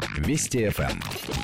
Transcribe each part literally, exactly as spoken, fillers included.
Вести эф эм.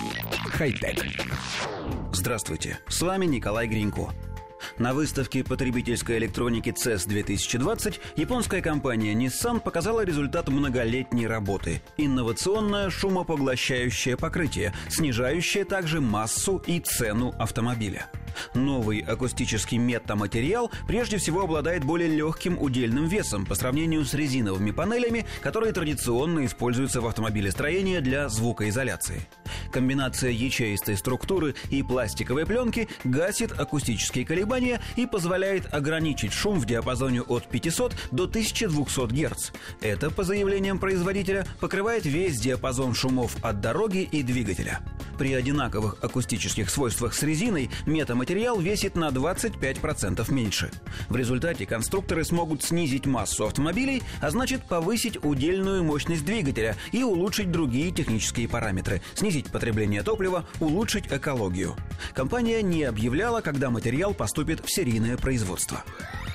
Хай-тек. Здравствуйте, с вами Николай Гринько. На выставке потребительской электроники цес две тысячи двадцать японская компания Nissan показала результат многолетней работы – инновационное шумопоглощающее покрытие, снижающее также массу и цену автомобиля. Новый акустический метаматериал прежде всего обладает более легким удельным весом по сравнению с резиновыми панелями, которые традиционно используются в автомобилестроении для звукоизоляции. Комбинация ячеистой структуры и пластиковой пленки гасит акустические колебания и позволяет ограничить шум в диапазоне от пятисот до тысячи двухсот герц. Это, по заявлениям производителя, покрывает весь диапазон шумов от дороги и двигателя. При одинаковых акустических свойствах с резиной метаматериал весит на двадцать пять процентов меньше. В результате конструкторы смогут снизить массу автомобилей, а значит повысить удельную мощность двигателя и улучшить другие технические параметры, снизить потребление топлива, улучшить экологию. Компания не объявляла, когда материал поступит в серийное производство.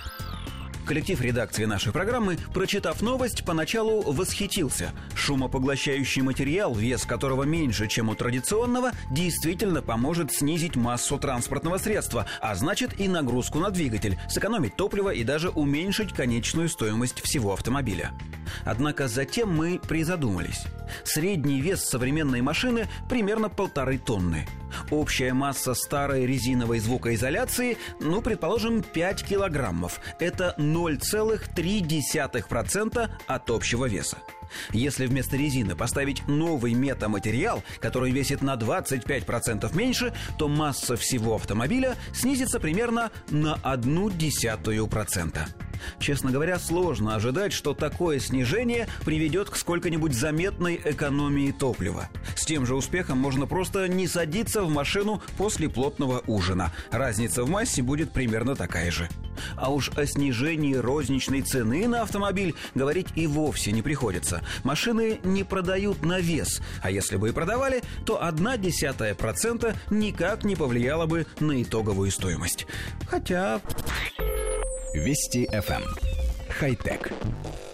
Коллектив редакции нашей программы, прочитав новость, поначалу восхитился. Шумопоглощающий материал, вес которого меньше, чем у традиционного, действительно поможет снизить массу транспортного средства, а значит и нагрузку на двигатель, сэкономить топливо и даже уменьшить конечную стоимость всего автомобиля. Однако затем мы призадумались. Средний вес современной машины примерно полторы тонны. Общая масса старой резиновой звукоизоляции, ну, предположим, пять килограммов. Это ноль целых три десятых процента от общего веса. Если вместо резины поставить новый метаматериал, который весит на двадцать пять процентов меньше, то масса всего автомобиля снизится примерно на одну десятую процента. Честно говоря, сложно ожидать, что такое снижение приведет к сколько-нибудь заметной экономии топлива. С тем же успехом можно просто не садиться в машину после плотного ужина. Разница в массе будет примерно такая же. А уж о снижении розничной цены на автомобиль говорить и вовсе не приходится. Машины не продают на вес, а если бы и продавали, то одна десятая процента никак не повлияла бы на итоговую стоимость. Хотя... Вести эф эм. Хай-тек.